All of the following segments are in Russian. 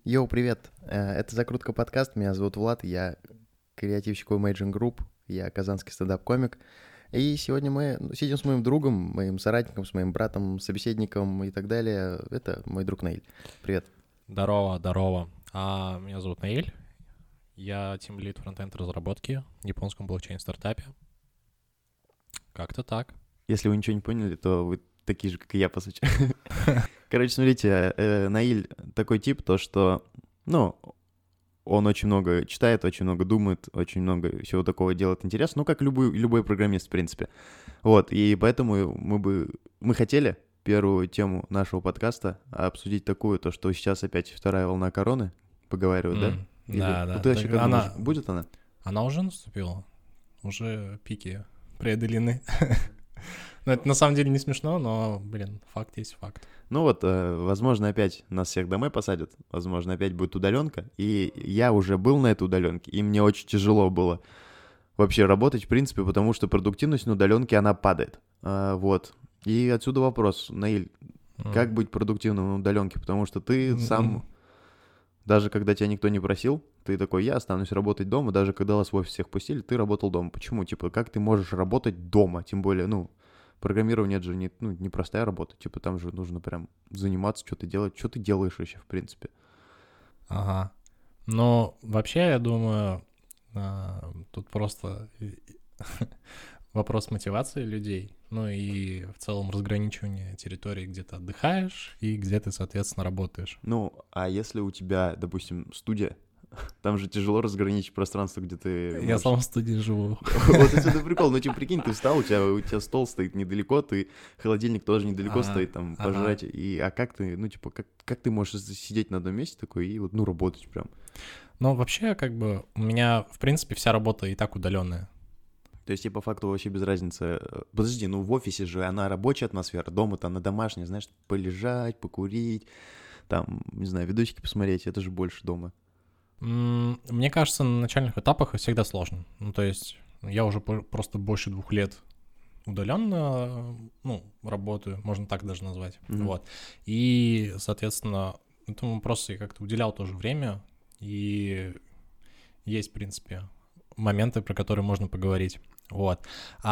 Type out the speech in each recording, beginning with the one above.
Йоу, привет! Это «Закрутка подкаст», меня зовут Влад, я креативщик у Imagine Group, я казанский стендап-комик. И сегодня мы сидим с моим другом, моим соратником, с моим братом, собеседником и так далее. Это мой друг Наиль. Привет. Здорово, здорово. Меня зовут Наиль. Я тимлид фронтенд разработки в японском блокчейн-стартапе. Как-то так. Если вы ничего не поняли, то вы такие же, как и я, по сути. Короче, смотрите, Наиль такой тип, то что, он очень много читает, очень много думает, очень много всего такого делает интересно, как любой программист, в принципе. Вот, и поэтому мы хотели первую тему нашего подкаста обсудить такую, то, что сейчас опять вторая волна короны, поговаривают, да? Да. Ты вообще Так как думаешь, будет она? Она уже наступила. Уже пики преодолены. Ну, это на самом деле не смешно, но, факт есть факт. Возможно, опять нас всех домой посадят, возможно, опять будет удаленка, и я уже был на этой удаленке, и мне очень тяжело было вообще работать, в принципе, потому что продуктивность на удаленке, она падает. Вот. И отсюда вопрос, Наиль, как быть продуктивным на удаленке? Потому что ты сам, даже когда тебя никто не просил, ты такой, я останусь работать дома, даже когда вас в офис всех пустили, ты работал дома. Почему? Типа, как ты можешь работать дома? Тем более, программирование — это же не простая работа. Типа, там же нужно прям заниматься, что-то делать. Что ты делаешь вообще, в принципе? Ага. Но вообще, я думаю, тут просто вопрос мотивации людей, ну и в целом разграничивания территории, где ты отдыхаешь и где ты, соответственно, работаешь. А если у тебя, допустим, студия, там же тяжело разграничить пространство, где ты Я сам в студии живу. Вот отсюда прикол. Прикинь, ты встал, у тебя стол стоит недалеко, холодильник тоже недалеко стоит, там, пожрать. Как ты, как ты можешь сидеть на одном месте такой и работать прям? Ну, вообще, у меня, в принципе, вся работа и так удаленная. То есть тебе по факту вообще без разницы. Подожди, в офисе же она рабочая атмосфера, дома-то она домашняя, знаешь, полежать, покурить, там, не знаю, видосики посмотреть, это же больше дома. Мне кажется, на начальных этапах всегда сложно. Ну, то есть я уже просто больше 2 лет удаленно, работаю, можно так даже назвать. Вот. И, соответственно, этому просто я как-то уделял тоже время, и есть, в принципе, моменты, про которые можно поговорить. Вот.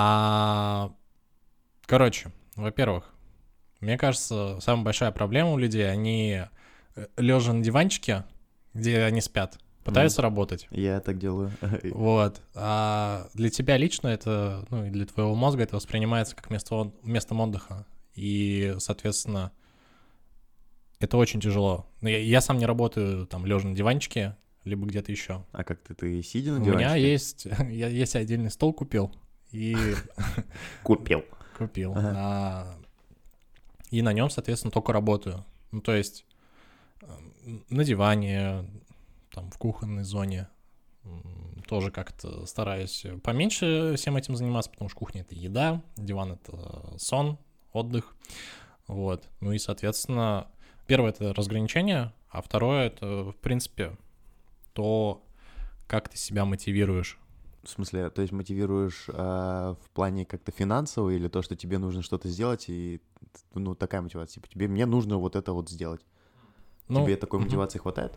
Короче, во-первых, мне кажется, самая большая проблема у людей, они лежа на диванчике, где они спят, пытаются работать. Я так делаю. Вот. А для тебя лично это, и для твоего мозга это воспринимается как местом отдыха. И, соответственно, это очень тяжело. Я сам не работаю там лежа на диванчике, либо где-то еще. А как ты сидя на У диванчике? меня есть, я себе отдельный стол купил. И... Купил. И на нем, соответственно, только работаю. Ну, то есть на диване, там, в кухонной зоне тоже как-то стараюсь поменьше всем этим заниматься, потому что кухня — это еда, диван — это сон, отдых. Вот. Ну и, соответственно, первое — это разграничение, а второе — это, в принципе, то, как ты себя мотивируешь. В смысле, то есть мотивируешь в плане как-то финансово или то, что тебе нужно что-то сделать, и, такая мотивация, типа, мне нужно вот это вот сделать. Тебе такой мотивации хватает?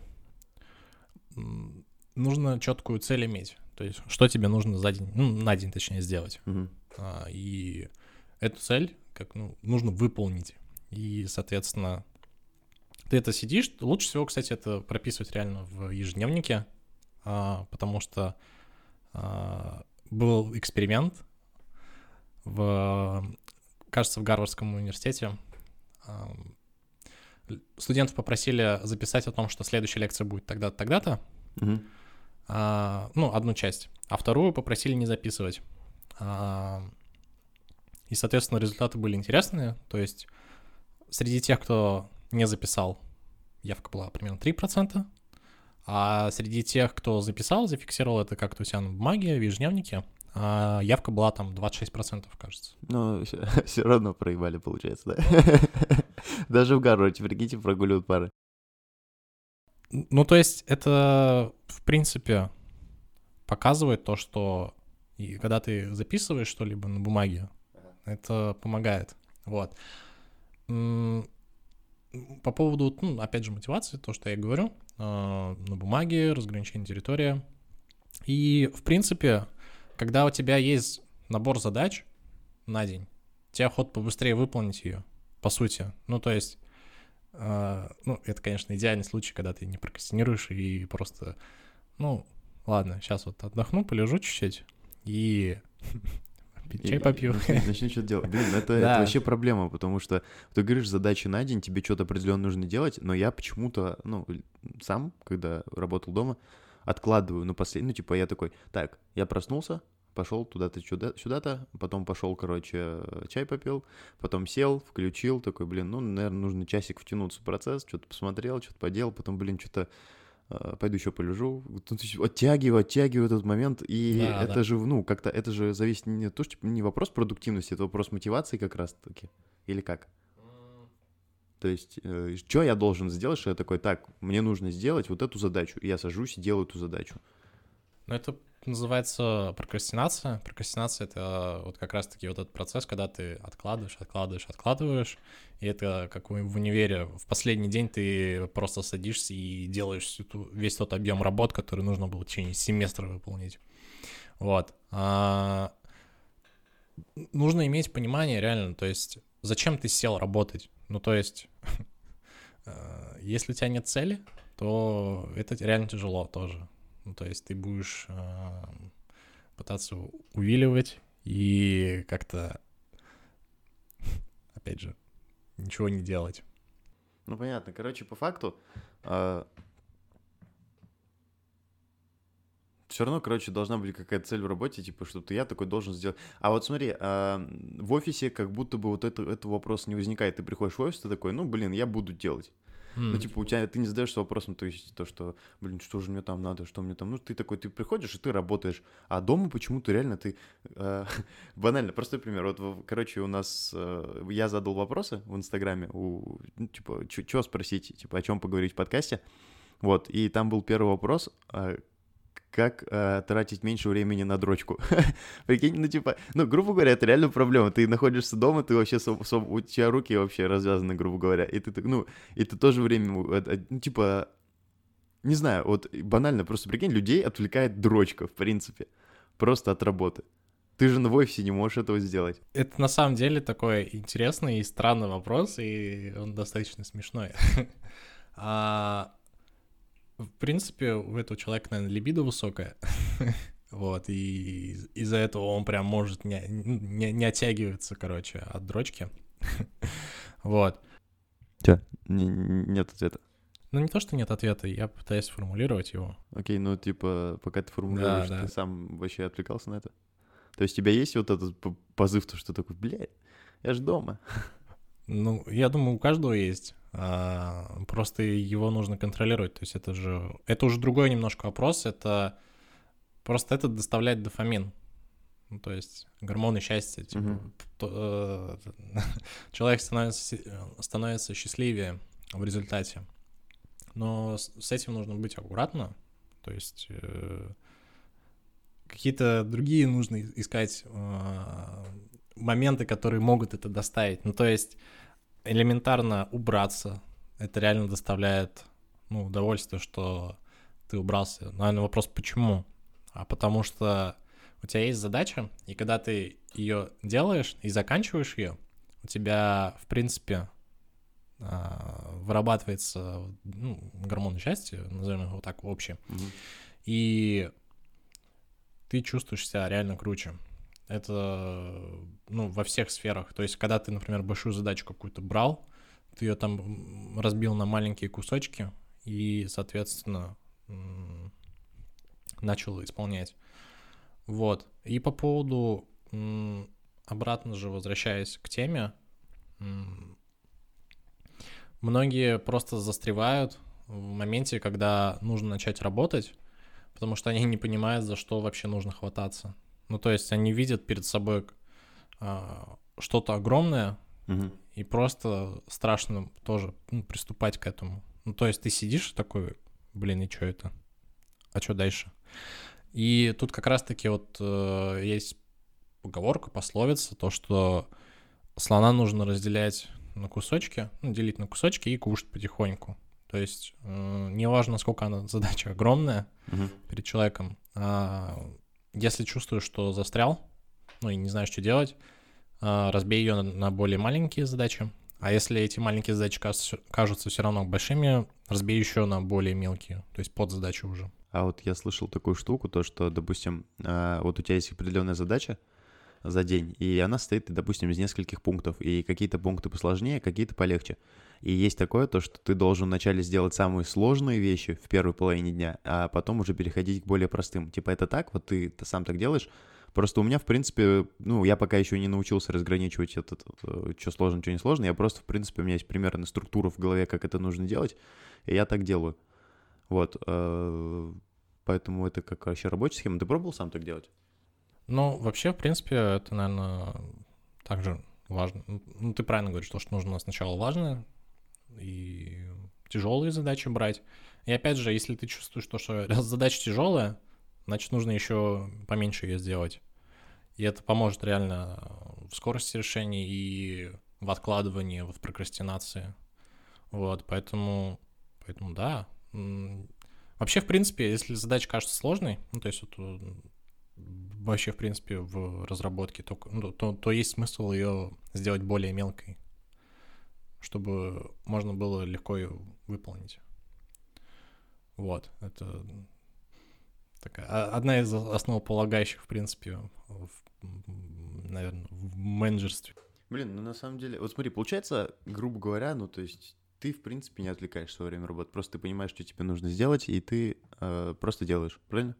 Нужно четкую цель иметь. То есть, что тебе нужно за день, на день, точнее, сделать. И эту цель нужно выполнить. И, соответственно, ты это сидишь. Лучше всего, кстати, это прописывать реально в ежедневнике, потому что был эксперимент кажется, в Гарвардском университете. Студентов попросили записать о том, что следующая лекция будет тогда-то, тогда-то, одну часть, а вторую попросили не записывать. И, соответственно, результаты были интересные, то есть среди тех, кто не записал, явка была примерно 3%, а среди тех, кто записал, зафиксировал это как-то у себя на бумаге, в ежедневнике, явка была там 26%, кажется. Все равно проебали, получается, да? Даже в Гарварде, прикиньте, прогуливают пары. То есть это, в принципе, показывает то, что когда ты записываешь что-либо на бумаге, это помогает. Вот. по поводу, ну, опять же, мотивации, то, что я говорю, на бумаге, разграничение территории. И, в принципе, когда у тебя есть набор задач на день, тебе охота побыстрее выполнить ее, по сути. Ну, то есть, ну, это, конечно, идеальный случай, когда ты не прокрастинируешь и просто, ну, ладно, сейчас вот отдохну, полежу чуть-чуть и чай попью. Начни что-то делать. Блин, это вообще проблема, потому что ты говоришь, задачи на день, тебе что-то определенно нужно делать, но я почему-то, ну, сам, когда работал дома, откладываю на последний, ну, типа, я такой, так, я проснулся, пошел туда-то, сюда-то, потом пошел, короче, чай попил, потом сел, включил, такой, блин, ну, наверное, нужно часик втянуться в процесс, что-то посмотрел, что-то поделал, потом, блин, что-то пойду еще полежу, оттягиваю этот момент, и это же, ну, как-то, это же зависит не то, что не вопрос продуктивности, это вопрос мотивации как раз-таки, или как? То есть, что я должен сделать, что я такой, так, мне нужно сделать вот эту задачу, и я сажусь и делаю эту задачу. Ну, это называется прокрастинация. Прокрастинация — это вот как раз-таки вот этот процесс, когда ты откладываешь, и это как в универе. В последний день ты просто садишься и делаешь весь тот объем работ, который нужно было в течение семестра выполнить. Вот. Нужно иметь понимание реально, то есть зачем ты сел работать? Ну, то есть, если у тебя нет цели, то это реально тяжело тоже. Ну, то есть ты будешь пытаться увиливать и как-то, опять же, ничего не делать. Ну, понятно. Короче, по факту, все равно, короче, должна быть какая-то цель в работе, типа, что я такой должен сделать. А вот смотри, в офисе как будто бы вот это вопрос не возникает. Ты приходишь в офис, ты такой, ну, блин, я буду делать. Ну, типа, у тебя ты не задаешься вопросом, то есть то, что, блин, что же мне там надо, что мне там, ну, ты такой, ты приходишь и ты работаешь, а дома почему-то реально ты, банально, простой пример, вот, короче, у нас, я задал вопросы в Инстаграме, ну, типа, что спросить, типа, о чем поговорить в подкасте, вот, и там был первый вопрос, как тратить меньше времени на дрочку. Прикинь, ну, типа, ну, грубо говоря, это реально проблема. Ты находишься дома, ты вообще, у тебя руки вообще развязаны, грубо говоря, и ты, ну, и ты тоже время, ну, типа, не знаю, вот банально, просто прикинь, людей отвлекает дрочка, в принципе, просто от работы. Ты же в офисе не можешь этого сделать. Это на самом деле такой интересный и странный вопрос, и он достаточно смешной. В принципе, у этого человека, наверное, либидо высокая, вот, и из-за этого он прям может не оттягиваться, короче, от дрочки, вот. Чё? Нет ответа. Ну, не то, что нет ответа, я пытаюсь сформулировать его. Окей, ну, типа, пока ты формулируешь, Да. Ты сам вообще отвлекался на это? То есть у тебя есть вот этот позыв, то, что такой, блядь, я ж дома. Ну, я думаю, у каждого есть. Просто его нужно контролировать. То есть это уже другой немножко вопрос. Это доставляет дофамин. Ну, то есть гормоны счастья. Типа, человек становится счастливее в результате. Но с этим нужно быть аккуратно. То есть какие-то другие нужно искать моменты, которые могут это доставить. Ну, то есть элементарно убраться. Это реально доставляет, ну, удовольствие, что ты убрался. Наверное, вопрос, почему? А потому что у тебя есть задача, и когда ты ее делаешь и заканчиваешь ее, у тебя, в принципе, вырабатывается, ну, гормон счастья, назовем его так, общий, и ты чувствуешь себя реально круче. Это, ну, во всех сферах. То есть, когда ты, например, большую задачу какую-то брал, ты ее там разбил на маленькие кусочки и, соответственно, начал исполнять. Вот. И по поводу, обратно же возвращаясь к теме, многие просто застревают в моменте, когда нужно начать работать, потому что они не понимают, за что вообще нужно хвататься. Ну, то есть они видят перед собой что-то огромное, и просто страшно тоже приступать к этому. Ну, то есть ты сидишь такой, блин, и что это? А что дальше? И тут как раз-таки вот есть поговорка, пословица, то, что слона нужно разделять на кусочки, делить на кусочки и кушать потихоньку. То есть неважно, насколько она задача огромная перед человеком, если чувствуешь, что застрял, и не знаешь, что делать, разбей ее на более маленькие задачи. А если эти маленькие задачи кажутся все равно большими, разбей еще на более мелкие, то есть подзадачи уже. А вот я слышал такую штуку, то что, допустим, вот у тебя есть определенная задача за день, и она состоит, допустим, из нескольких пунктов, и какие-то пункты посложнее, какие-то полегче. И есть такое, то, что ты должен вначале сделать самые сложные вещи в первой половине дня, а потом уже переходить к более простым. Типа это так? Вот ты сам так делаешь? Просто у меня, в принципе, я пока еще не научился разграничивать что сложно, что не сложно. Я просто, в принципе, у меня есть примерно структура в голове, как это нужно делать, и я так делаю. Вот. Поэтому это как вообще рабочая схема. Ты пробовал сам так делать? Вообще, в принципе, это, наверное, также важно. Ты правильно говоришь, что нужно сначала важное и тяжелые задачи брать. И опять же, если ты чувствуешь, что раз задача тяжелая, значит, нужно еще поменьше ее сделать. И это поможет реально в скорости решений и в откладывании, в прокрастинации. Вот, поэтому да. Вообще, в принципе, если задача кажется сложной, то есть вообще, в принципе, в разработке, то есть смысл ее сделать более мелкой, чтобы можно было легко ее выполнить. Вот, это такая одна из основополагающих, в принципе, наверное, в менеджерстве. На самом деле, вот смотри, получается, грубо говоря, то есть ты, в принципе, не отвлекаешься во время работы, просто ты понимаешь, что тебе нужно сделать, и ты просто делаешь, правильно?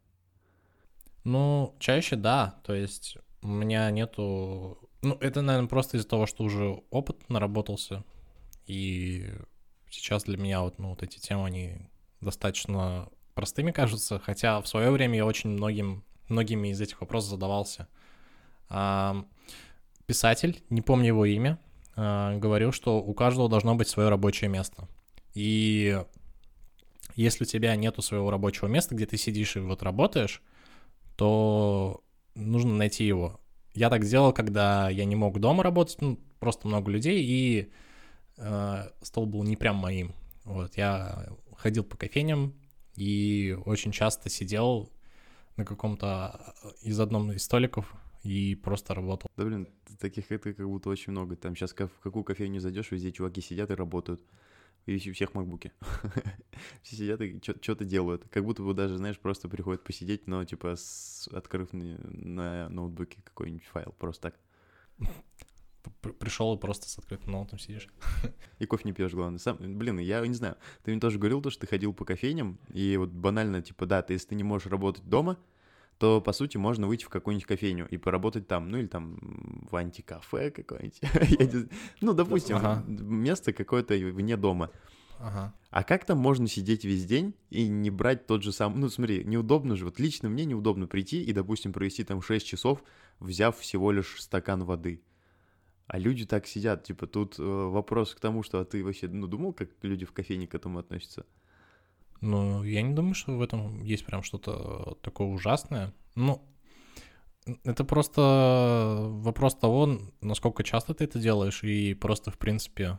Чаще да, то есть у меня нету... это, наверное, просто из-за того, что уже опыт наработался, и сейчас для меня вот эти темы, они достаточно простыми кажутся, хотя в свое время я очень многими из этих вопросов задавался. Писатель, не помню его имя, говорил, что у каждого должно быть свое рабочее место. И если у тебя нету своего рабочего места, где ты сидишь и вот работаешь, то нужно найти его. Я так сделал, когда я не мог дома работать, просто много людей, и стол был не прям моим. Вот, я ходил по кофейням и очень часто сидел на каком-то одном из столиков и просто работал. Да, таких это как будто очень много. Там сейчас в какую кофейню зайдешь, везде чуваки сидят и работают. И у всех макбуки. Все сидят и что-то делают. Как будто бы даже, знаешь, просто приходят посидеть, но типа открыв на ноутбуке какой-нибудь файл. Просто так. Пришел и просто с открытым ноутом сидишь. И кофе не пьешь, главное. Я не знаю. Ты мне тоже говорил, что ты ходил по кофейням, и вот банально, типа, да, если ты не можешь работать дома, то, по сути, можно выйти в какую-нибудь кофейню и поработать там, или там в антикафе какое-нибудь. Допустим, место какое-то вне дома. А как там можно сидеть весь день и не брать тот же самый... Смотри, неудобно же. Вот лично мне неудобно прийти и, допустим, провести там 6 часов, взяв всего лишь стакан воды. А люди так сидят. Типа, тут вопрос к тому, что ты вообще, думал, как люди в кофейне к этому относятся? Я не думаю, что в этом есть прям что-то такое ужасное. Это просто вопрос того, насколько часто ты это делаешь, и просто, в принципе,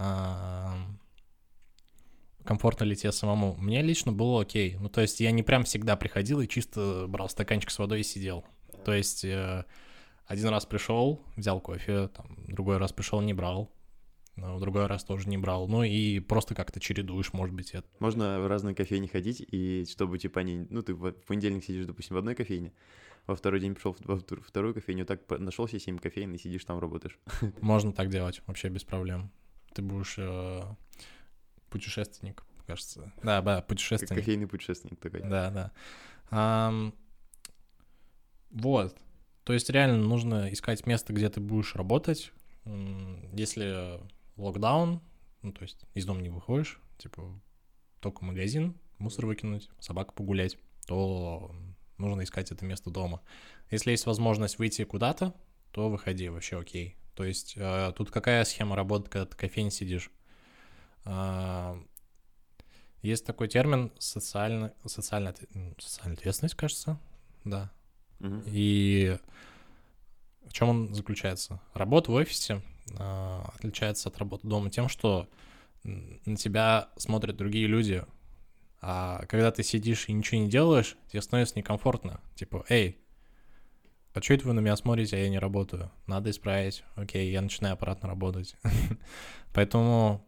комфортно ли тебе самому. Мне лично было окей. То есть я не прям всегда приходил и чисто брал стаканчик с водой и сидел. То есть один раз пришел, взял кофе, другой раз пришел, не брал. В другой раз тоже не брал. И просто как-то чередуешь, может быть, это. Можно в разные кофейни ходить, и чтобы, типа, ты в понедельник сидишь, допустим, в одной кофейне, во второй день пришел во вторую кофейню, так нашел себе 7 кофеин и сидишь там, работаешь. Можно так делать, вообще без проблем. Ты будешь путешественник, кажется. Да, путешественник. Как кофейный путешественник такой. Да. Вот. То есть реально нужно искать место, где ты будешь работать. Если локдаун, то есть из дома не выходишь, типа только магазин, мусор выкинуть, собака погулять, то нужно искать это место дома. Если есть возможность выйти куда-то, то выходи, вообще окей. То есть тут какая схема работы, когда ты в кофейне сидишь? Есть такой термин социальная ответственность, кажется, да. И в чем он заключается? Работа в офисе, отличается от работы дома тем, что на тебя смотрят другие люди, а когда ты сидишь и ничего не делаешь, тебе становится некомфортно. Типа, эй, а что это вы на меня смотрите, а я не работаю? Надо исправить. Окей, я начинаю аппаратно работать. Поэтому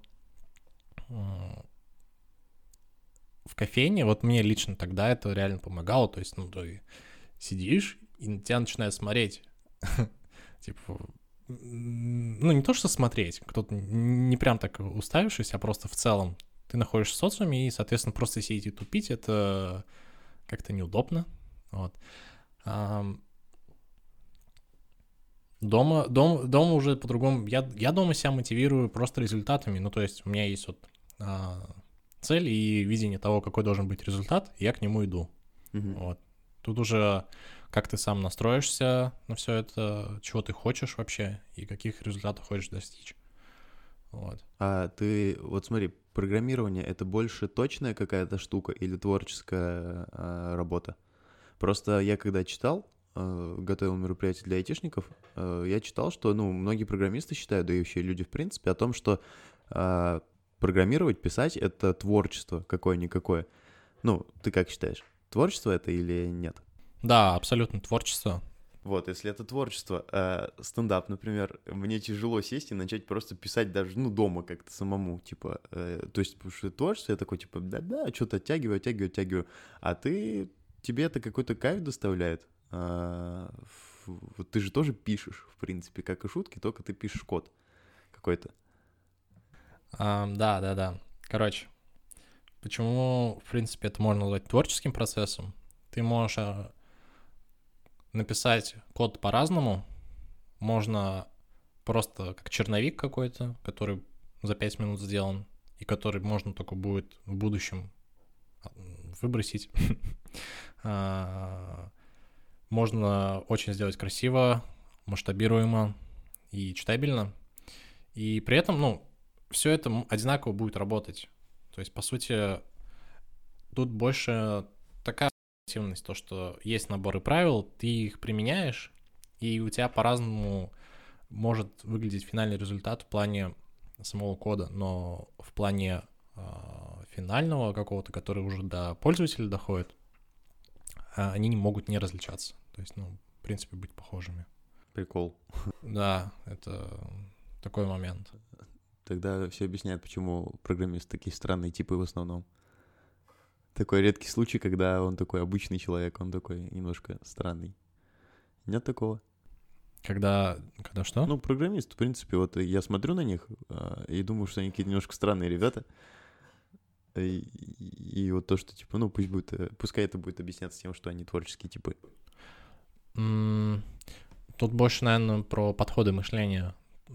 в кофейне, вот мне лично тогда это реально помогало. То есть, ну, ты сидишь, и на тебя начинают смотреть. Типа, ну, не то, что смотреть, кто-то не прям так уставившись, а просто в целом. Ты находишься в социуме, и, соответственно, просто сидеть и тупить — это как-то неудобно. Вот. Дома уже по-другому. Я дома себя мотивирую просто результатами. Ну, то есть у меня есть вот цель и видение того, какой должен быть результат, и я к нему иду. Вот. Тут уже как ты сам настроишься на все это, чего ты хочешь вообще и каких результатов хочешь достичь. Вот. А ты, вот смотри, программирование — это больше точная какая-то штука или творческая работа? Просто я когда читал, готовил мероприятие для айтишников, я читал, что, ну, многие программисты считают, да и вообще люди в принципе, о том, что программировать, писать — это творчество какое-никакое. Ну, ты как считаешь, творчество это или нет? Да, абсолютно творчество. Вот, если это творчество, стендап, например, мне тяжело сесть и начать просто писать даже, ну, дома как-то самому, типа, то есть, потому что творчество, я такой, типа, да-да, что-то оттягиваю, а тебе это какой-то кайф доставляет, вот ты же тоже пишешь, в принципе, как и шутки, только ты пишешь код какой-то. Да. Короче, почему, в принципе, это можно назвать творческим процессом? Ты можешь написать код по-разному. Можно просто как черновик какой-то, который за 5 минут сделан, и который можно только будет в будущем выбросить. Можно очень сделать красиво, масштабируемо и читабельно. И при этом, ну, все это одинаково будет работать. То есть, по сути, тут больше такая активность, то, что есть наборы правил, ты их применяешь, и у тебя по-разному может выглядеть финальный результат в плане самого кода, но в плане финального какого-то, который уже до пользователя доходит, они не могут не различаться. То есть, ну, в принципе, быть похожими. Прикол. Да, это такой момент. Тогда все объясняет, почему программисты такие странные типы в основном. Такой редкий случай, когда он такой обычный человек, он такой немножко странный. Нет такого? Когда что? Ну, программисты, в принципе, вот я смотрю на них и думаю, что они какие-то немножко странные ребята. И вот то, что, типа, ну, пускай это будет объясняться тем, что они творческие типы. Тут больше, наверное, про подходы мышления.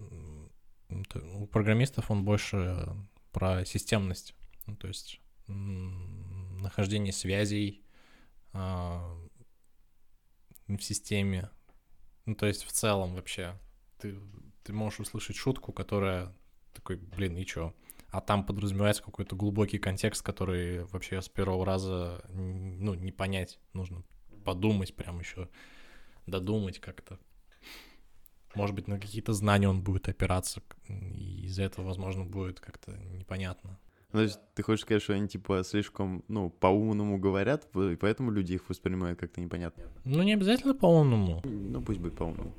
У программистов он больше про системность. Ну, то есть нахождение связей в системе. Ну, то есть в целом вообще. Ты можешь услышать шутку, которая такой, блин, и чё? А там подразумевается какой-то глубокий контекст, который вообще с первого раза, ну, не понять. Нужно подумать прям еще, додумать как-то. Может быть, на какие-то знания он будет опираться, и из-за этого, возможно, будет как-то непонятно. Ну, то есть ты хочешь сказать, что они, типа, слишком, ну, по-умному говорят, и поэтому люди их воспринимают как-то непонятно? Ну, не обязательно по-умному. Ну, пусть будет по-умному.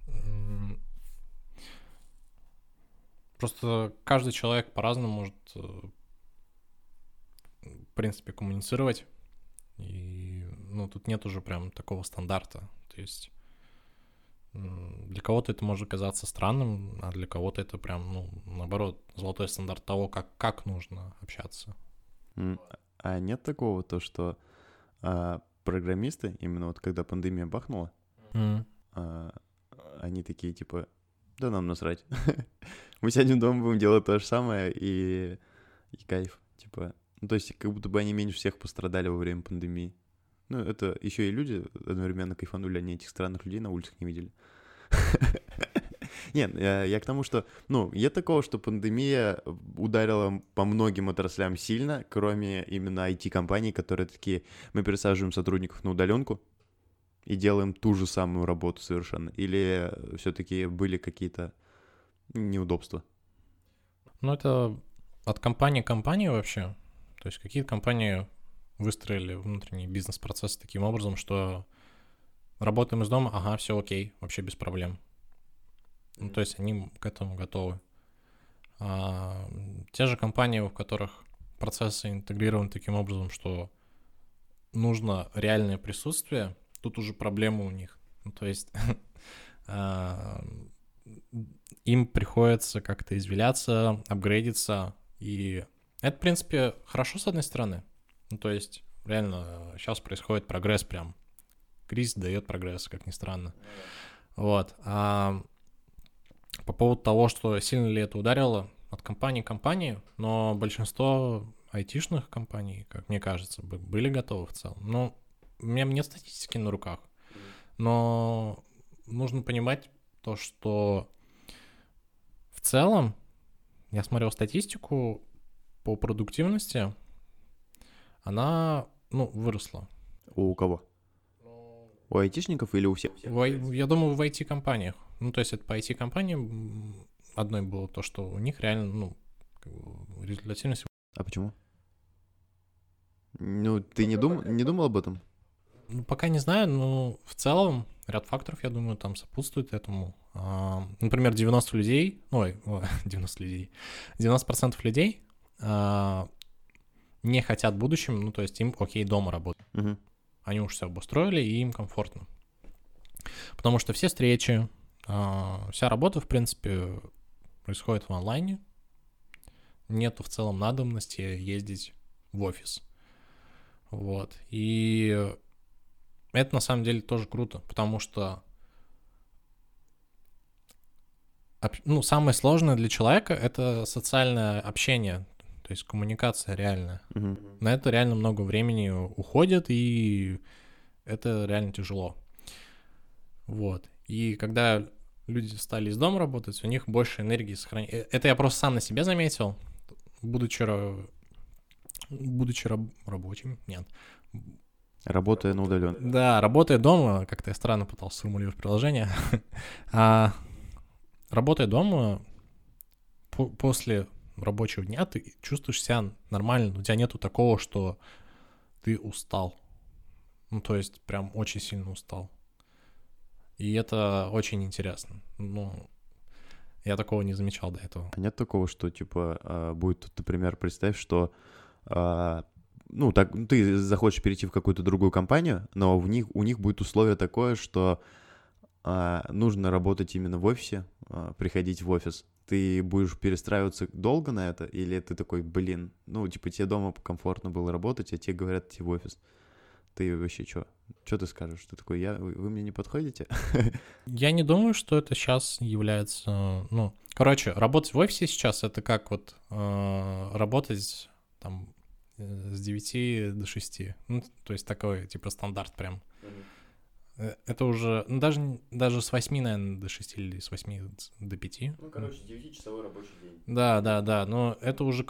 Просто каждый человек по-разному может, в принципе, коммуницировать. И, ну, тут нет уже прям такого стандарта. То есть для кого-то это может казаться странным, а для кого-то это прям, ну, наоборот, золотой стандарт того, как нужно общаться. А нет такого, то, что программисты, именно вот когда пандемия бахнула, они такие, типа, да нам насрать. Мы сядем дома, будем делать то же самое, и кайф, типа. Ну, то есть, как будто бы они меньше всех пострадали во время пандемии. Ну, это еще и люди одновременно кайфанули, они этих странных людей на улицах не видели. Нет, я к тому, что, ну, нет такого, что пандемия ударила по многим отраслям сильно, кроме именно IT-компаний, которые такие, мы пересаживаем сотрудников на удаленку и делаем ту же самую работу совершенно. Или все-таки были какие-то Неудобство. Ну, это от компании к компании вообще. То есть какие-то компании выстроили внутренний бизнес-процесс таким образом, что работаем из дома, ага, все окей, вообще без проблем. Ну, то есть они к этому готовы. А те же компании, у которых процессы интегрированы таким образом, что нужно реальное присутствие, тут уже проблемы у них. Ну, то есть им приходится как-то извиляться, апгрейдиться, и это, в принципе, хорошо с одной стороны. Ну, то есть реально сейчас происходит прогресс прям. Кризис дает прогресс, как ни странно. Вот. А по поводу того, что сильно ли это ударило от компании к компании, но большинство айтишных компаний, как мне кажется, были готовы в целом. Ну, у меня нет статистики на руках, но нужно понимать то, что в целом, я смотрел статистику по продуктивности, она, выросла. У кого? У айтишников или у всех? Я думаю, в IT-компаниях. Ну, то есть это по IT-компаниям одной было то, что у них реально, результативность. А почему? Ну, ты не думал об этом? Ну, пока не знаю, но в целом ряд факторов, я думаю, там сопутствует этому. Например, 90 людей, 90 людей, 90% людей не хотят в будущем, ну, то есть им окей дома работать. Угу. Они уж все обустроили, и им комфортно. Потому что все встречи, вся работа, в принципе, происходит в онлайне. Нету в целом надобности ездить в офис. Вот. И это на самом деле тоже круто, потому что самое сложное для человека — это социальное общение, то есть коммуникация реальная. Угу. На это реально много времени уходит, и это реально тяжело. Вот. И когда люди стали из дома работать, у них больше энергии сохранить. Это я просто сам на себе заметил, будучи рабочим. Нет. Работая на удаленке. Да, работая дома, как-то я странно пытался сформулировать приложение. Работая дома, после рабочего дня ты чувствуешь себя нормально, у тебя нету такого, что ты устал. Ну, то есть прям очень сильно устал. И это очень интересно. Ну, я такого не замечал до этого. А нет такого, что, типа, будет, например, представь, что, ты захочешь перейти в какую-то другую компанию, но у них будет условие такое, что нужно работать именно в офисе, приходить в офис. Ты будешь перестраиваться долго на это, или ты такой, тебе дома комфортно было работать, а тебе говорят идти в офис? Ты вообще что? Что ты скажешь? Ты такой, вы мне не подходите? Я не думаю, что это сейчас является... работать в офисе сейчас — это как работать там с 9 до 6. Ну, то есть такой, типа, стандарт прям. Это уже, даже с 8, наверное, до 6 или с 8 до 5. 9-часовой рабочий день. Да, но это уже,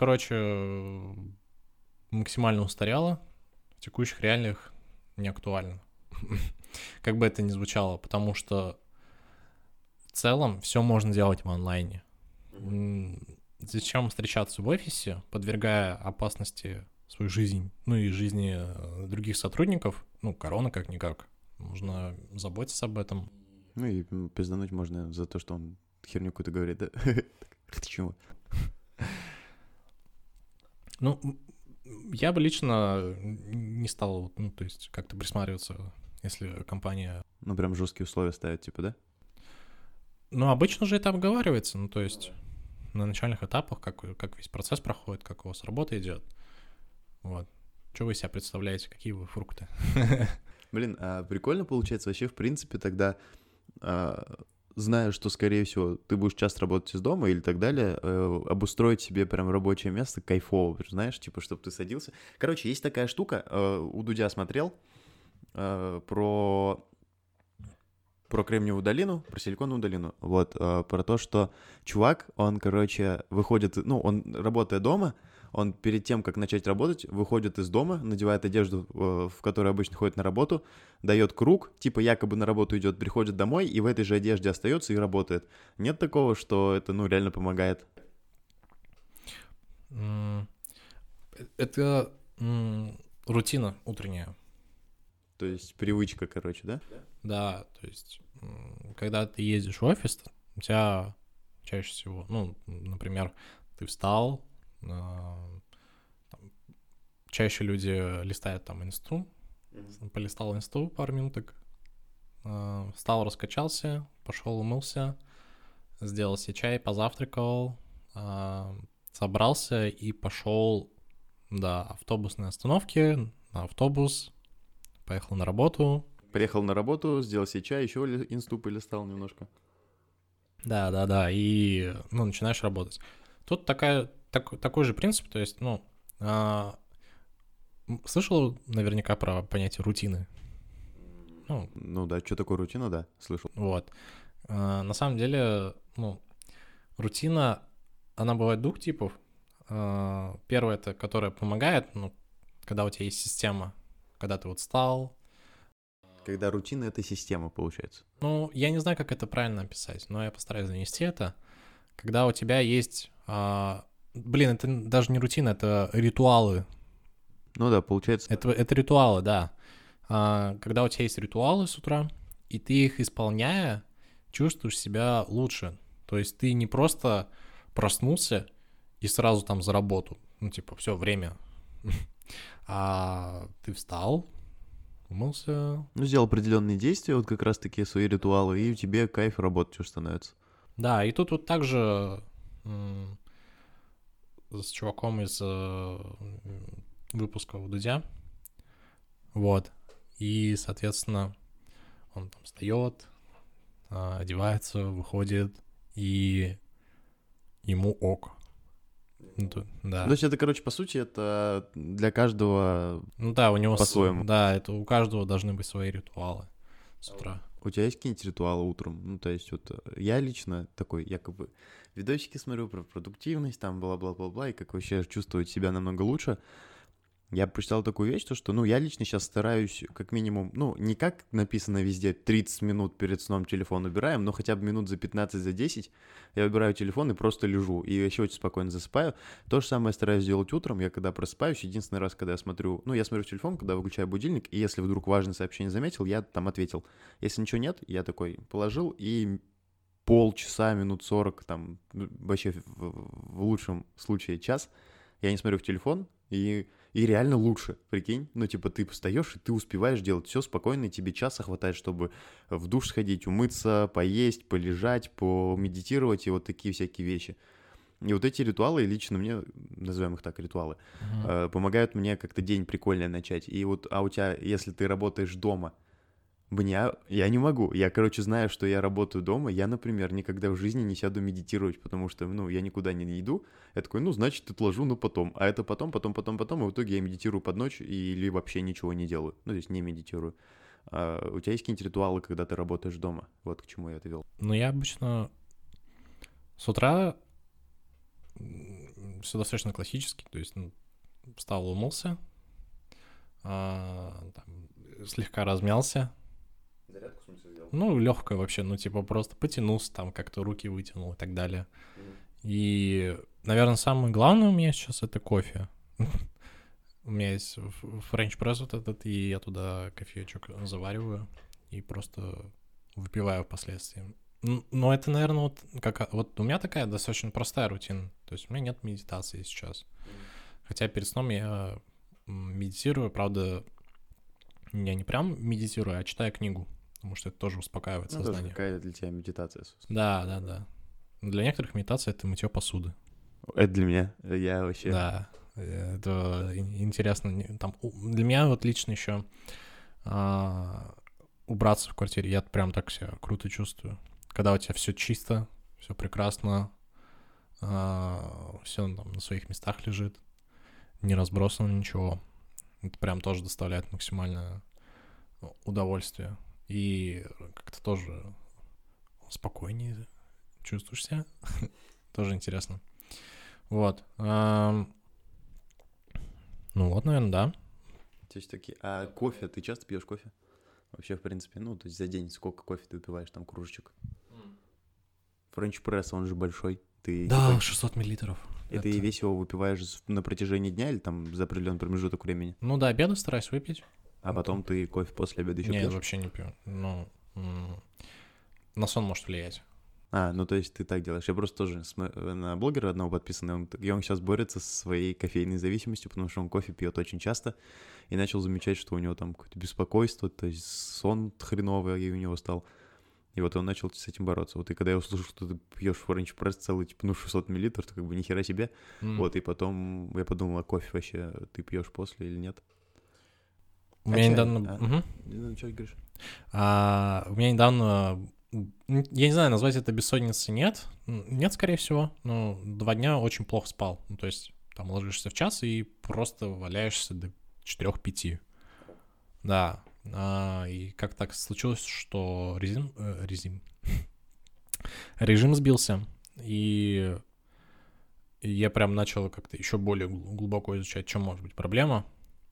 максимально устарело, в текущих реалиях не актуально. Как бы это ни звучало, потому что в целом все можно делать в онлайне. Зачем встречаться в офисе, подвергая опасности свою жизнь, и жизни других сотрудников? Корона как-никак. Нужно заботиться об этом. Ну и пиздануть можно за то, что он херню какую-то говорит, да? Почему? Я бы лично не стал, то есть как-то присматриваться, если компания... Прям жесткие условия ставят, типа, да? Обычно же это обговаривается, то есть на начальных этапах, как весь процесс проходит, как у вас работа идет. Вот. Что вы из себя представляете, какие вы фрукты? Прикольно получается вообще, в принципе, тогда, зная, что, скорее всего, ты будешь часто работать из дома или так далее, обустроить себе прям рабочее место кайфово, знаешь, типа, чтобы ты садился. Короче, есть такая штука, у Дудя смотрел, про Кремниевую долину, про Силиконовую долину, вот, про то, что чувак, он, выходит, он, работая дома, Он перед тем, как начать работать, выходит из дома, надевает одежду, в которой обычно ходит на работу, дает круг, типа якобы на работу идет, приходит домой и в этой же одежде остается и работает. Нет такого, что это, ну, реально помогает? Это рутина утренняя. То есть привычка, короче, да? Да, то есть, когда ты ездишь в офис, у тебя чаще всего, ну, например, ты встал, там, чаще люди листают там инсту, полистал инсту пару минуток, встал, раскачался, пошел умылся, сделал себе чай, позавтракал, собрался и пошел до автобусной остановки, на автобус, поехал на работу. Приехал на работу, сделал себе чай, еще инсту полистал немножко. Да, и, ну, начинаешь работать. Тут такой же принцип, то есть, ну, слышал наверняка про понятие рутины? Ну да, что такое рутина, да, слышал. Вот. На самом деле, ну, рутина, она бывает двух типов. Первое, это которая помогает, ну, когда у тебя есть система, когда ты вот встал. Когда рутина — это система, получается. Ну, я не знаю, как это правильно описать, но я постараюсь донести это. Когда у тебя есть... это даже не рутина, это ритуалы. Ну да, получается. Это ритуалы, да. Когда у тебя есть ритуалы с утра, и ты их исполняя, чувствуешь себя лучше. То есть ты не просто проснулся и сразу там за работу. Ну, типа, все, время. А ты встал, умылся. Ну, сделал определенные действия, вот как раз-таки свои ритуалы, и тебе кайф работать уже становится. Да, и тут вот также с чуваком из выпуска у Дудя. Вот. И, соответственно, он там встает, одевается, выходит, и ему ок. Да. То есть это, короче, по сути, это для каждого Ну да, у него по-своему. Да, это у каждого должны быть свои ритуалы с утра. У тебя есть какие-нибудь ритуалы утром? Ну, то есть вот я лично такой якобы видосики смотрю про продуктивность, там бла-бла-бла-бла, и как вообще чувствовать себя намного лучше. Я прочитал такую вещь, что, ну, я лично сейчас стараюсь как минимум, ну, не как написано везде, 30 минут перед сном телефон убираем, но хотя бы минут за 15, за 10 я убираю телефон и просто лежу, и еще очень спокойно засыпаю. То же самое стараюсь делать утром, я когда просыпаюсь, единственный раз, когда я смотрю в телефон, когда выключаю будильник, и если вдруг важное сообщение заметил, я там ответил. Если ничего нет, я такой положил и полчаса, минут 40, там, вообще в лучшем случае час, я не смотрю в телефон, и реально лучше, прикинь. Ну, типа, ты встаешь, и ты успеваешь делать все спокойно, и тебе часа хватает, чтобы в душ сходить, умыться, поесть, полежать, помедитировать и вот такие всякие вещи. И вот эти ритуалы, лично мне, назовем их так, ритуалы, помогают мне как-то день прикольно начать. И вот, а у тебя, если ты работаешь дома, я не могу. Я, короче, знаю, что я работаю дома. Я, например, никогда в жизни не сяду медитировать, потому что, ну, я никуда не иду. Я такой, ну, значит, отложу на потом. А это потом, и в итоге я медитирую под ночь или вообще ничего не делаю. Ну, то есть не медитирую. У тебя есть какие-нибудь ритуалы, когда ты работаешь дома? Вот к чему я это вел. Ну, я обычно с утра все достаточно классически. То есть, ну, встал, умылся, там, слегка размялся. Зарядку, в смысле, сделал? Ну, легкое вообще, ну, типа, просто потянулся, там, как-то руки вытянул и так далее. И, наверное, самое главное у меня сейчас — это кофе. У меня есть френч-пресс вот этот, и я туда кофеечек завариваю и просто выпиваю впоследствии. Но это, наверное, вот у меня такая достаточно простая рутина. То есть у меня нет медитации сейчас. Хотя перед сном я медитирую, правда, я не прям медитирую, а читаю книгу, потому что это тоже успокаивает сознание. Тоже какая для тебя медитация, собственно. Да. Для некоторых медитация — это мытье посуды. Это для меня. Я вообще... Да, это интересно. Там, для меня вот лично еще убраться в квартире, я прям так себя круто чувствую. Когда у тебя все чисто, все прекрасно, все там на своих местах лежит, не разбросано ничего. Это прям тоже доставляет максимальное удовольствие. И как-то тоже спокойнее чувствуешь себя. Тоже интересно. Вот. Ну вот, наверное, да. То есть такие. А кофе, ты часто пьешь кофе? Вообще, в принципе, ну, то есть за день сколько кофе ты выпиваешь, там, кружечек? Френч пресс, он же большой. Ты, типа, Да, 600 миллилитров. и ты весь его выпиваешь на протяжении дня или там за определенный промежуток времени? Ну, до обеда стараюсь выпить. А потом ты кофе после обеда еще Нет, пьешь? вообще не пью. Ну, на сон может влиять. А, ну то есть ты так делаешь. Я просто тоже на блогера одного подписанный, и он сейчас борется со своей кофейной зависимостью, потому что он кофе пьет очень часто, и начал замечать, что у него там какое-то беспокойство, то есть сон хреновый у него стал. И вот он начал с этим бороться. Вот и когда я услышал, что ты пьешь френч пресс целый, типа, ну, 600 миллилитров, то как бы нихера себе. Вот, и потом я подумал, а кофе вообще ты пьешь после или нет? У меня чай? недавно... Ну, что говоришь? У меня недавно... Я не знаю, назвать это бессонницей нет. Нет, скорее всего. Но 2 дня очень плохо спал. Ну, то есть там ложишься в час и просто валяешься до 4-5. Да. И как так случилось, что режим сбился. И я прям начал как-то еще более глубоко изучать, в чем может быть проблема.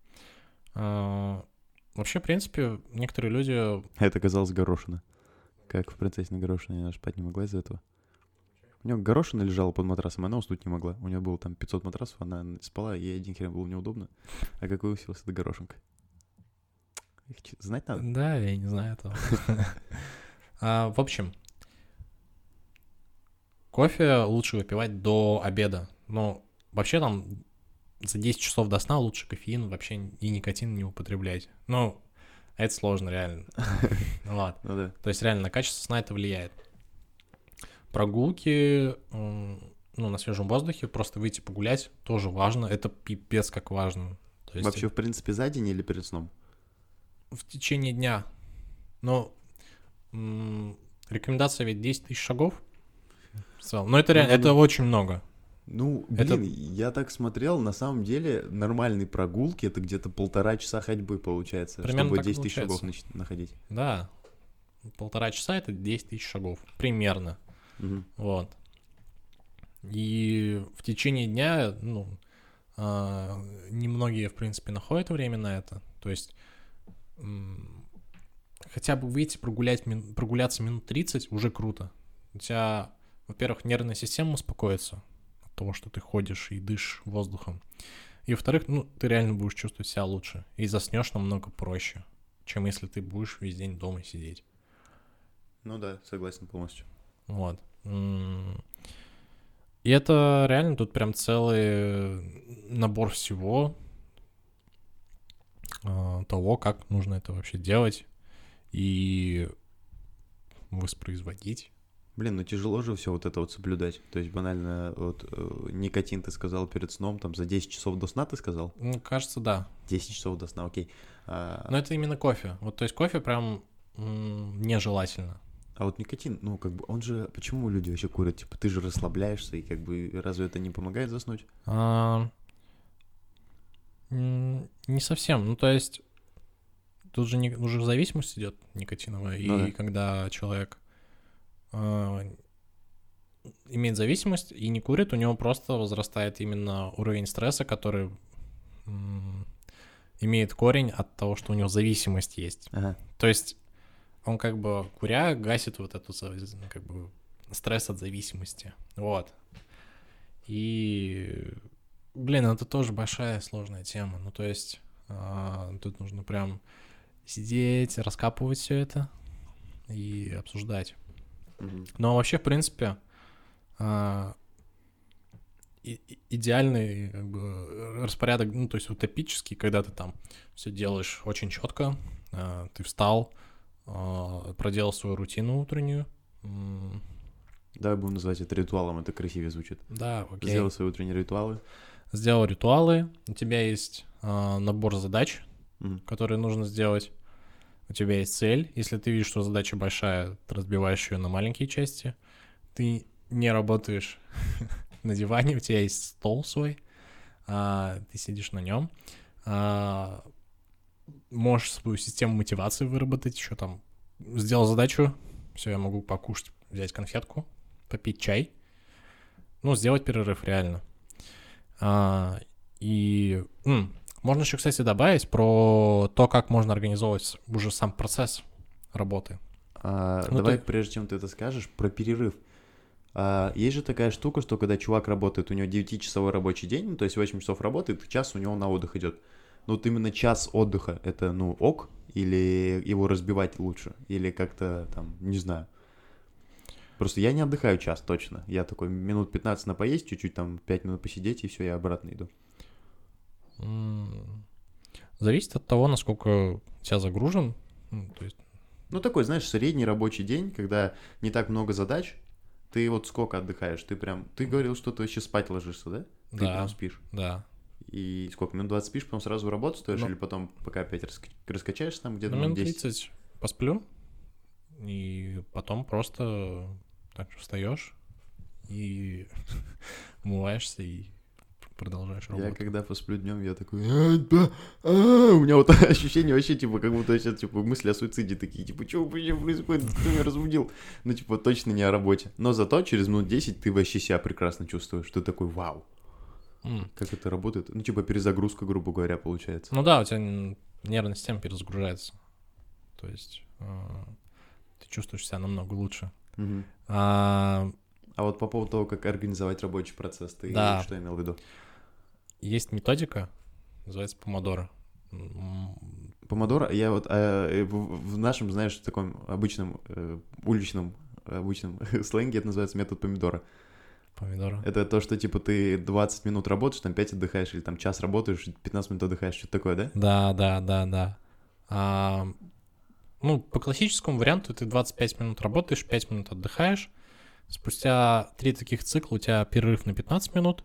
Вообще, в принципе, некоторые люди... Это казалось горошина. Как в «Принцессе на горошине», она спать не могла из-за этого. У нее горошина лежала под матрасом, она уснуть не могла. У нее было там 500 матрасов, она спала, ей один хрен было неудобно. А как выяснилось, это горошинка. Их знать надо. Да, я не знаю этого. В общем, кофе лучше выпивать до обеда. Но вообще там за 10 часов до сна лучше кофеин вообще и никотин не употреблять. Ну, это сложно, реально. Вот. Ну да. То есть реально на качество сна это влияет. Прогулки, ну, на свежем воздухе, просто выйти погулять тоже важно. Это пипец как важно. То есть Вообще, в принципе, за день или перед сном? в течение дня. Но рекомендация ведь 10 тысяч шагов в целом. Но это реально, это очень много. Ну, блин, я так смотрел, на самом деле нормальные прогулки — это где-то 1,5 часа ходьбы получается, Примерно чтобы так 10 тысяч получается. шагов находить. Да, 1,5 часа — это 10 тысяч шагов, примерно. Мгм. Вот. И в течение дня, ну, немногие, в принципе, находят время на это. То есть хотя бы выйти прогуляться минут 30 уже круто. У тебя, во-первых, нервная система успокоится от того, что ты ходишь и дышишь воздухом. И, во-вторых, ну, ты реально будешь чувствовать себя лучше. И заснешь намного проще, чем если ты будешь весь день дома сидеть. Ну да, согласен полностью. Вот. И это реально тут прям целый набор всего того, как нужно это вообще делать и воспроизводить. Блин, ну тяжело же все вот это вот соблюдать. То есть банально, вот никотин ты сказал перед сном, там за 10 часов до сна ты сказал? Ну, кажется, да. 10 часов до сна, окей. Но это именно кофе. Вот, то есть кофе прям нежелательно. А вот никотин, ну как бы, он же, почему люди вообще курят? Типа ты же расслабляешься, и как бы разве это не помогает заснуть? Не совсем. Ну, то есть тут же уже зависимость идет никотиновая. Ну и да. когда человек имеет зависимость и не курит, у него просто возрастает именно уровень стресса, который имеет корень от того, что у него зависимость есть. Ага. То есть он как бы, куря, гасит вот эту как бы стресс от зависимости. Вот. И, блин, это тоже большая сложная тема. Ну, то есть тут нужно прям сидеть, раскапывать все это и обсуждать. Но вообще, в принципе, идеальный как бы распорядок, ну, то есть утопический, когда ты там все делаешь очень четко, ты встал, проделал свою рутину утреннюю. Давай будем называть это ритуалом, это красивее звучит. Да, окей. Сделал свои утренние ритуалы. Сделал ритуалы, у тебя есть набор задач, которые нужно сделать. У тебя есть цель. Если ты видишь, что задача большая, ты разбиваешь ее на маленькие части. Ты не работаешь на диване, у тебя есть стол свой, ты сидишь на нем. Можешь свою систему мотивации выработать, еще там сделал задачу, все, я могу покушать, взять конфетку, попить чай, ну, сделать перерыв реально. И Можно еще, кстати, добавить про то, как можно организовывать уже сам процесс работы. Давай, прежде чем ты это скажешь, про перерыв. Есть же такая штука, что когда чувак работает, у него 9-часовой рабочий день, ну, то есть 8 часов работает, час у него на отдых идет. Ну, вот именно час отдыха, это, ну, ок? Или его разбивать лучше? Или как-то там, не знаю. Просто я не отдыхаю час точно. Я такой минут 15 на поесть, чуть-чуть там 5 минут посидеть, и все, я обратно иду. Зависит от того, насколько у тебя загружен. То есть... Ну, такой, знаешь, средний рабочий день, когда не так много задач. Ты вот сколько отдыхаешь? Ты говорил, что ты вообще спать ложишься, да? Ты прям спишь? Да. И сколько, минут 20 спишь, потом сразу в работу стоишь, или потом пока опять раскачаешься там где-то минут 10? 30 посплю, и потом просто так встаешь и умываешься и продолжаешь работать. Я когда посплю днем, я такой... У меня вот ощущение вообще, типа, как будто сейчас, типа, мысли о суициде такие, типа, что вообще происходит, кто меня разбудил? Ну, типа, точно не о работе. Но зато через минут 10 ты вообще себя прекрасно чувствуешь. Ты такой, вау. Как это работает? Ну, типа, перезагрузка, грубо говоря, получается. Ну да, у тебя нервная система перезагружается. То есть ты чувствуешь себя намного лучше. А вот по поводу того, как организовать рабочий процесс, ты что имел в виду? Есть методика, называется помодоро. Помодоро? Я вот в нашем, знаешь, таком обычном уличном сленге это называется метод помидора. Помидора. Это то, что, типа, ты 20 минут работаешь, там 5 отдыхаешь, или там час работаешь, 15 минут отдыхаешь, что-то такое, да? Да. Ну, по классическому варианту ты 25 минут работаешь, 5 минут отдыхаешь. Спустя 3 таких цикла у тебя перерыв на 15 минут.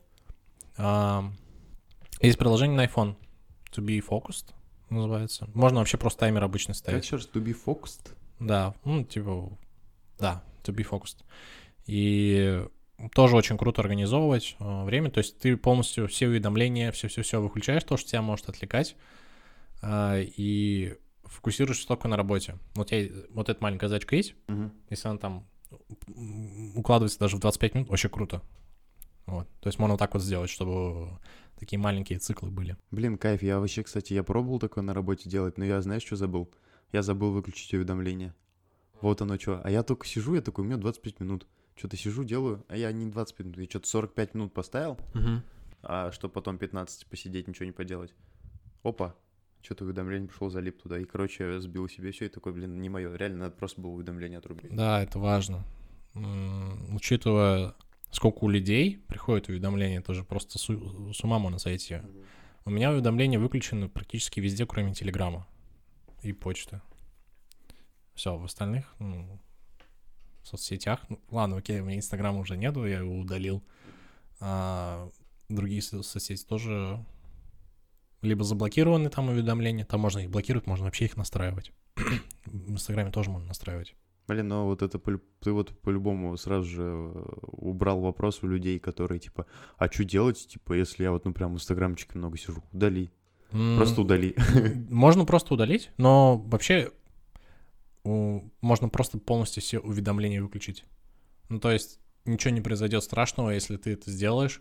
Есть приложение на iPhone. To be focused называется. Можно вообще просто таймер обычно ставить. Как еще раз? To be focused? Да, to be focused. И тоже очень круто организовывать время. То есть ты полностью все уведомления, все выключаешь, то, что тебя может отвлекать. И фокусируешься только на работе. Вот эта маленькая задачка есть. Если она там укладывается даже в 25 минут, очень круто. Вот. То есть можно вот так вот сделать, чтобы такие маленькие циклы были. Блин, кайф. Я вообще, кстати, я пробовал такое на работе делать, но я, знаешь, что забыл? Я забыл выключить уведомления. Вот оно что. А я только сижу, я такой, у меня 25 минут. Что-то сижу, делаю, а я не 25 минут, я что-то 45 минут поставил, чтобы потом 15 посидеть, ничего не поделать. Опа, что-то уведомление пришло, залип туда. И, короче, сбил себе все, и такой, блин, не мое. Реально, надо просто было уведомление отрубить. Да, это важно. Учитывая, сколько у людей приходит уведомления, это же просто с ума можно сойти. У меня уведомления выключены практически везде, кроме Телеграма и почты. Все, в остальных соцсетях. Ладно, окей, у меня Инстаграма уже нету, я его удалил. Другие соцсети тоже либо заблокированы там уведомления, там можно их блокировать, можно вообще их настраивать. В Инстаграме тоже можно настраивать. Блин, ну вот это ты вот по-любому сразу же убрал вопрос у людей, которые типа, а что делать, типа, если я вот, ну прям в инстаграмчике много сижу? Удали. Просто удали. Можно просто удалить, но вообще можно просто полностью все уведомления выключить. Ну, то есть ничего не произойдет страшного, если ты это сделаешь.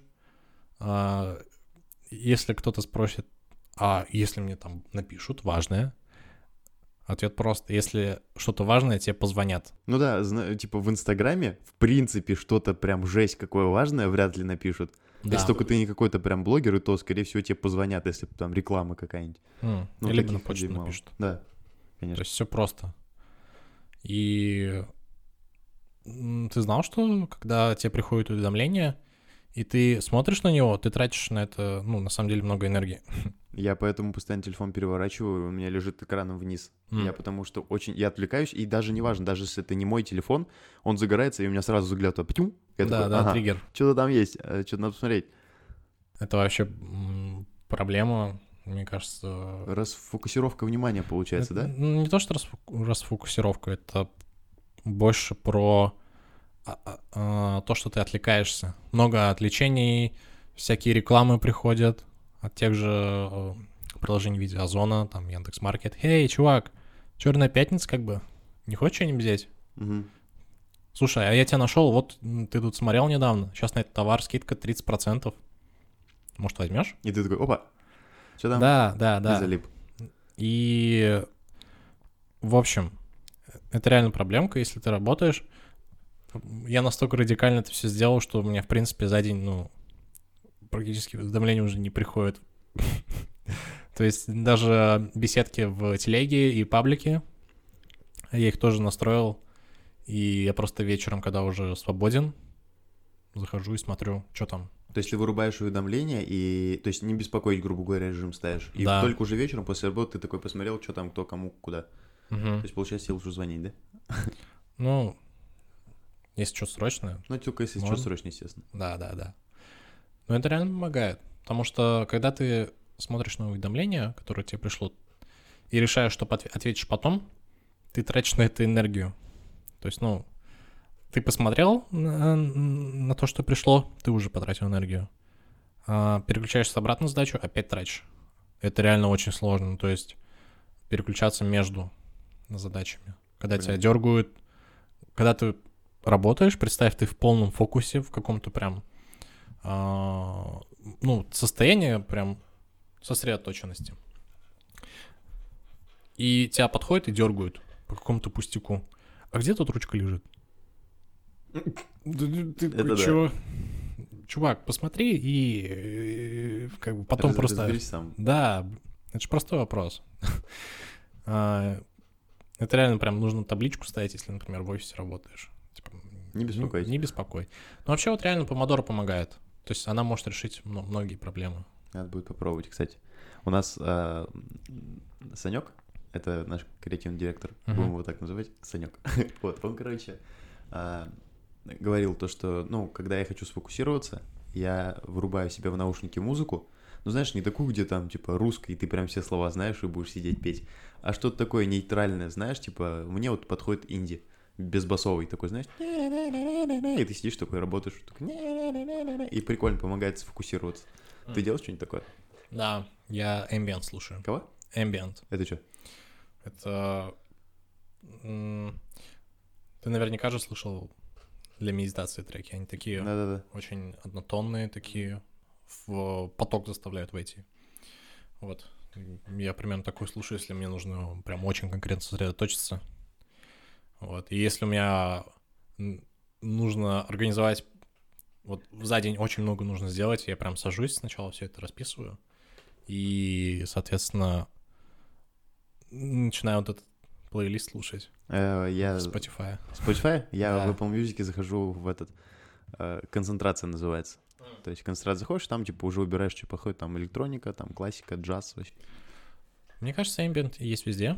Если кто-то спросит, а если мне там напишут важное, ответ прост. Если что-то важное, тебе позвонят. Ну да, типа в Инстаграме, в принципе, что-то прям жесть какое важное вряд ли напишут. Да. Если только ты не какой-то прям блогер, и то, скорее всего, тебе позвонят, если там реклама какая-нибудь. Ну, либо на почту напишут. Да, конечно. То есть все просто. И ты знал, что когда тебе приходит уведомление, и ты смотришь на него, ты тратишь на это, ну, на самом деле, много энергии. Я поэтому постоянно телефон переворачиваю, у меня лежит экраном вниз. Я потому что я отвлекаюсь, и даже не важно, даже если это не мой телефон, он загорается, и у меня сразу взгляд птюм. Да, триггер. Что-то там есть, что-то надо посмотреть. Это вообще проблема, мне кажется. Расфокусировка внимания получается, да? Не то, что расфокусировка, это больше про то, что ты отвлекаешься. Много отвлечений, всякие рекламы приходят от тех же приложений в виде Озона, там Яндекс.Маркет. Эй, чувак, Черная пятница как бы, не хочешь что-нибудь взять? Слушай, а я тебя нашел, вот ты тут смотрел недавно, сейчас на этот товар скидка 30%. Может, возьмешь? И ты такой, опа. Что там? Да. И залип. И, в общем, это реально проблемка, если ты работаешь. Я настолько радикально это все сделал, что у меня, в принципе, за день, практически уведомления уже не приходят. То есть даже беседки в телеге и паблике, я их тоже настроил. И я просто вечером, когда уже свободен, захожу и смотрю, что там. То есть ты вырубаешь уведомления и... То есть не беспокоить, грубо говоря, режим ставишь. И Да. только уже вечером после работы ты такой посмотрел, что там, кто, кому, куда. Угу. То есть, получается, тебе лучше звонить, да? Ну, если что срочное. Ну, только если Можно. что срочно, естественно. Да. Но это реально помогает. Потому что, когда ты смотришь на уведомление, которое тебе пришло, и решаешь, что ответишь потом, ты тратишь на это энергию. То есть, ты посмотрел на то, что пришло, ты уже потратил энергию. Переключаешься обратно на задачу, опять тратишь. Это реально очень сложно. То есть переключаться между задачами. Когда тебя дергают, когда ты работаешь, представь, ты в полном фокусе, в каком-то прям состоянии прям сосредоточенности. И тебя подходят и дергают по какому-то пустяку. А где тут ручка лежит? Это чё? Чувак, посмотри и как бы потом просто... Разберись сам. Да, это же простой вопрос. Это реально прям нужно табличку ставить, если, например, в офисе работаешь. Типа, Не беспокойся. Не беспокой. Но вообще вот реально помодоро помогает. То есть она может решить многие проблемы. Надо будет попробовать, кстати. У нас Санек, это наш креативный директор, будем его так называть, Санек. Вот, он, короче, говорил то, что, когда я хочу сфокусироваться, я врубаю себе в наушники музыку, знаешь, не такую, где там, типа, русский, и ты прям все слова знаешь и будешь сидеть петь, а что-то такое нейтральное, знаешь, типа, мне вот подходит инди, безбасовый такой, знаешь, и ты сидишь такой, работаешь, такой, и прикольно помогает сфокусироваться. Ты делаешь что-нибудь такое? Да, я ambient слушаю. Кого? Ambient. Это что? Это... Ты наверняка же слышал для медитации треки. Они такие очень однотонные, такие в поток заставляют войти. Вот. Я примерно такой слушаю, если мне нужно прям очень конкретно сосредоточиться. Вот. И если у меня нужно организовать... Вот за день очень много нужно сделать, я прям сажусь сначала, все это расписываю. И, соответственно, начинаю вот этот плейлист слушать. Spotify. Spotify? Я в Apple Music захожу в этот... концентрация называется. То есть концентрация заходишь, там типа уже убираешь, что подходит, там электроника, там классика, джаз. Вообще. Мне кажется, ambient есть везде.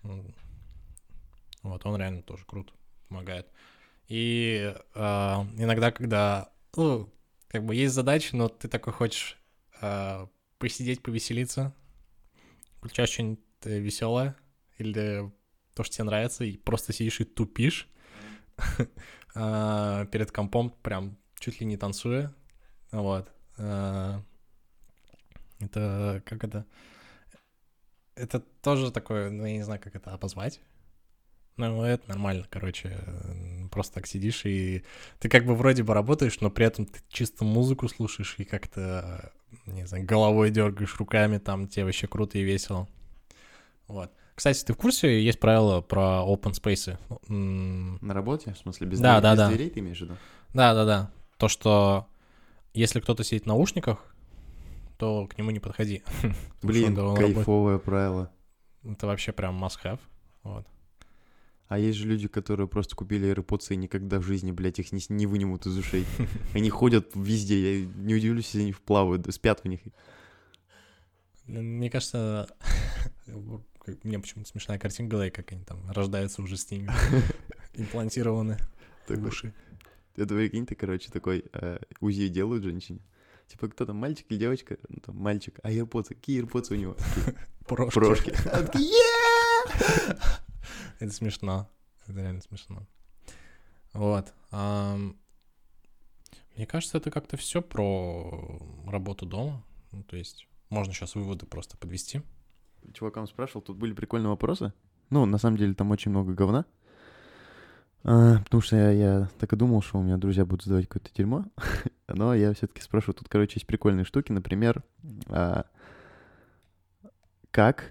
Вот, он реально тоже круто помогает. И иногда, когда... как бы есть задачи, но ты такой хочешь посидеть, повеселиться, включаешь что-нибудь веселое или то, что тебе нравится, и просто сидишь и тупишь перед компом, прям чуть ли не танцуя. Вот. Это как это... Это тоже такое, я не знаю, как это обозвать. Ну, это нормально, короче. Просто так сидишь, и ты как бы вроде бы работаешь, но при этом ты чисто музыку слушаешь и как-то, не знаю, головой дергаешь, руками, там тебе вообще круто и весело. Вот. Кстати, ты в курсе, есть правила про open space? На работе? В смысле, без дверей ты имеешь в виду? Да. То, что если кто-то сидит в наушниках, то к нему не подходи. Блин, кайфовое правило. Это вообще прям must-have. Вот. А есть же люди, которые просто купили AirPods и никогда в жизни, блядь, их не вынимут из ушей. Они ходят везде, я не удивлюсь, если они плавают, спят в них. Мне кажется, мне почему-то смешная картинка была, как они там рождаются уже с ними, имплантированы в уши. Это, прикинь, ты, короче, такой УЗИ делают женщине. Типа, кто там, мальчик или девочка? Ну, там, мальчик. А AirPods? Какие AirPods у него? Прошки. Это смешно. Это реально смешно. Вот. Мне кажется, это как-то все про работу дома. Ну, то есть можно сейчас выводы просто подвести. Чувакам спрашивал, тут были прикольные вопросы. Ну, на самом деле, там очень много говна. Потому что я так и думал, что у меня друзья будут задавать какое-то дерьмо. Но я все-таки спрашиваю. Тут, короче, есть прикольные штуки. Например, Как?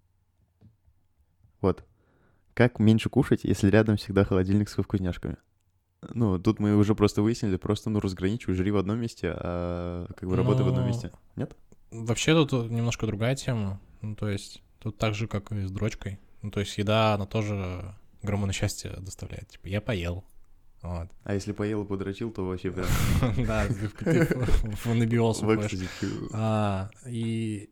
Вот. Как меньше кушать, если рядом всегда холодильник с вкусняшками? Ну, тут мы уже просто выяснили, просто, ну, разграничивай, жри в одном месте, а как бы работай в одном Ну, месте. Нет? вообще тут немножко другая тема. Ну, то есть тут так же, как и с дрочкой. Ну, то есть еда, она тоже гормоны счастья доставляет. Типа, я поел. Вот. А если поел и подрочил, то вообще прям Да, ты в анабиоз в уходишь. экстази. И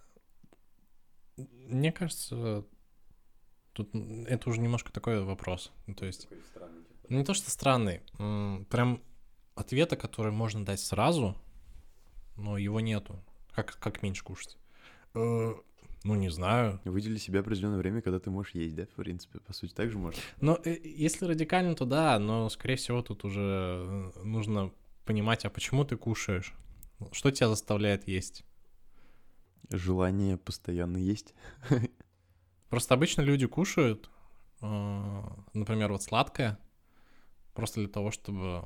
мне кажется, тут это уже немножко такой вопрос. Ну, то есть не то, что странный, прям ответа, который можно дать сразу, но его нету. Как меньше кушать? Ну, не знаю. Выдели себе определенное время, когда ты можешь есть, да, в принципе, по сути, так же можешь. Но если радикально, то да, но, скорее всего, тут уже нужно понимать, а почему ты кушаешь? Что тебя заставляет есть? Желание постоянно есть. Просто обычно люди кушают, например, вот сладкое, просто для того, чтобы...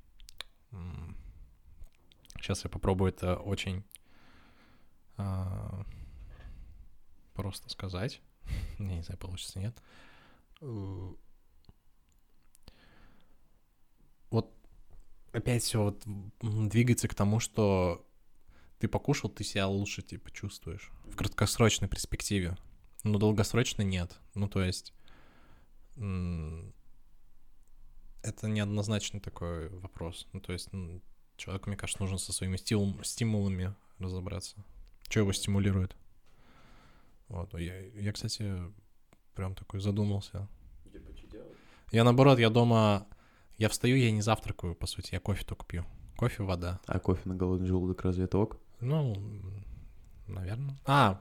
Сейчас я попробую это очень просто сказать. Я не знаю, получится, нет. Вот опять все вот двигается к тому, что ты покушал, ты себя лучше типа чувствуешь в краткосрочной перспективе, но долгосрочно нет. Ну, то есть это неоднозначный такой вопрос. Ну, то есть человеку, мне кажется, нужно со своими стимулами разобраться. Что его стимулирует? Вот. Я, кстати, прям такой задумался. Я, наоборот, я встаю, я не завтракаю, по сути, я кофе только пью. Кофе, вода. А кофе на голодный желудок разве это ок? Ну, наверное.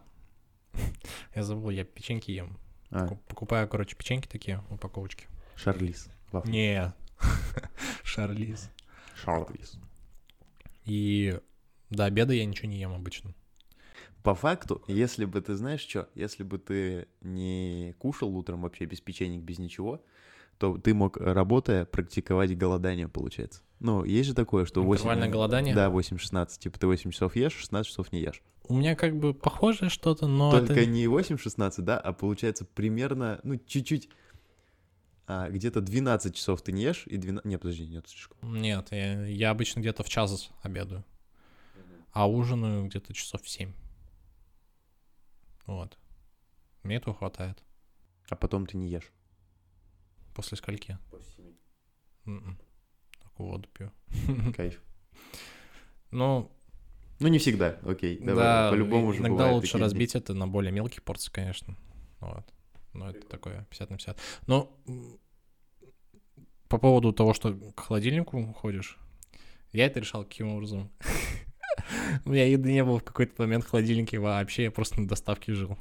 Я забыл, я печеньки ем. Покупаю, короче, печеньки такие, упаковочки. Шарлиз. Не, Шарлиз. И до обеда я ничего не ем обычно. По факту, если бы ты, знаешь что, если бы ты не кушал утром вообще без печенек, без ничего, то ты мог, работая, практиковать голодание, получается. Ну, есть же такое, что 8... Интервальное голодание? Да, 8-16. Типа ты 8 часов ешь, 16 часов не ешь. У меня как бы похожее что-то, но Только это... не 8-16, да, а получается примерно, ну, чуть-чуть... где-то 12 часов ты не ешь, и 12... Нет, подожди, нет, слишком. Нет, я обычно где-то в час обедаю, а ужинаю где-то часов в 7. Вот. Мне этого хватает. А потом ты не ешь. После скольки? После 7. Только воду пью. Кайф. Ну, не всегда, окей. Давай, да, по-любому же иногда бывают лучше такие разбить это на более мелкие порции, конечно. Вот. Но это такое 50 на 50. Но по поводу того, что к холодильнику ходишь, я это решал каким образом? У меня еды не было в какой-то момент в холодильнике вообще, я просто на доставке жил.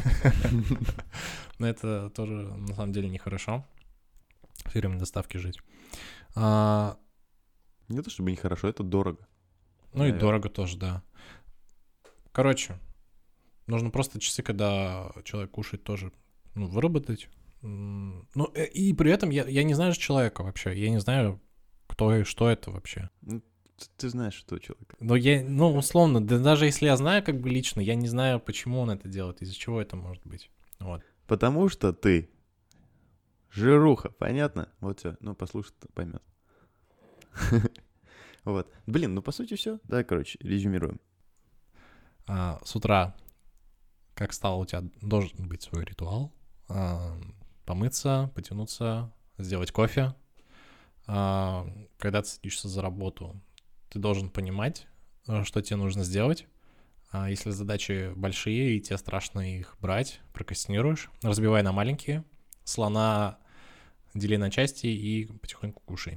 Но это тоже на самом деле нехорошо. Все время на доставке жить. Не то чтобы нехорошо, это дорого. Ну и дорого тоже, да. Короче, нужно просто часы, когда человек кушает, тоже выработать. Ну и при этом я не знаю человека вообще. Я не знаю, кто и что это вообще. Ты знаешь, что человек. Но условно, да даже если я знаю как бы лично, я не знаю, почему он это делает, из-за чего это может быть. Вот. Потому что ты жируха, понятно? Вот все, послушай, поймет. Вот. Блин, по сути все. Давай, короче, резюмируем. С утра, как стало, у тебя должен быть свой ритуал. Помыться, потянуться, сделать кофе. Когда ты садишься за работу, ты должен понимать, что тебе нужно сделать. Если задачи большие, и тебе страшно их брать, прокрастинируешь, разбивай на маленькие, слона дели на части и потихоньку кушай.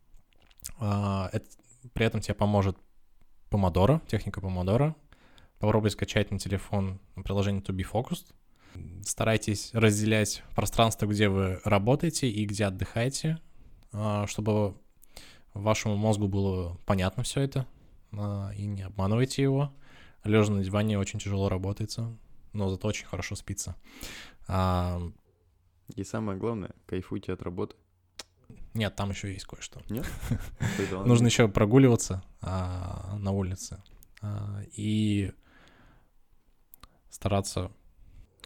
При этом тебе поможет Помодоро, техника Помодоро. Попробуй скачать на телефон приложение To Be Focused. Старайтесь разделять пространство, где вы работаете и где отдыхаете, чтобы вашему мозгу было понятно все это, и не обманывайте его. Лежа на диване очень тяжело работается, но зато очень хорошо спится. И самое главное, кайфуйте от работы. Нет, там еще есть кое-что. Нет? Нужно еще прогуливаться на улице и стараться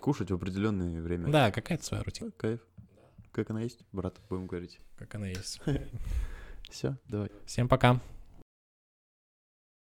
кушать в определенное время. Да, какая-то своя рутина. Кайф. Как она есть, брат, будем говорить. Как она есть. Все, давай. Всем пока.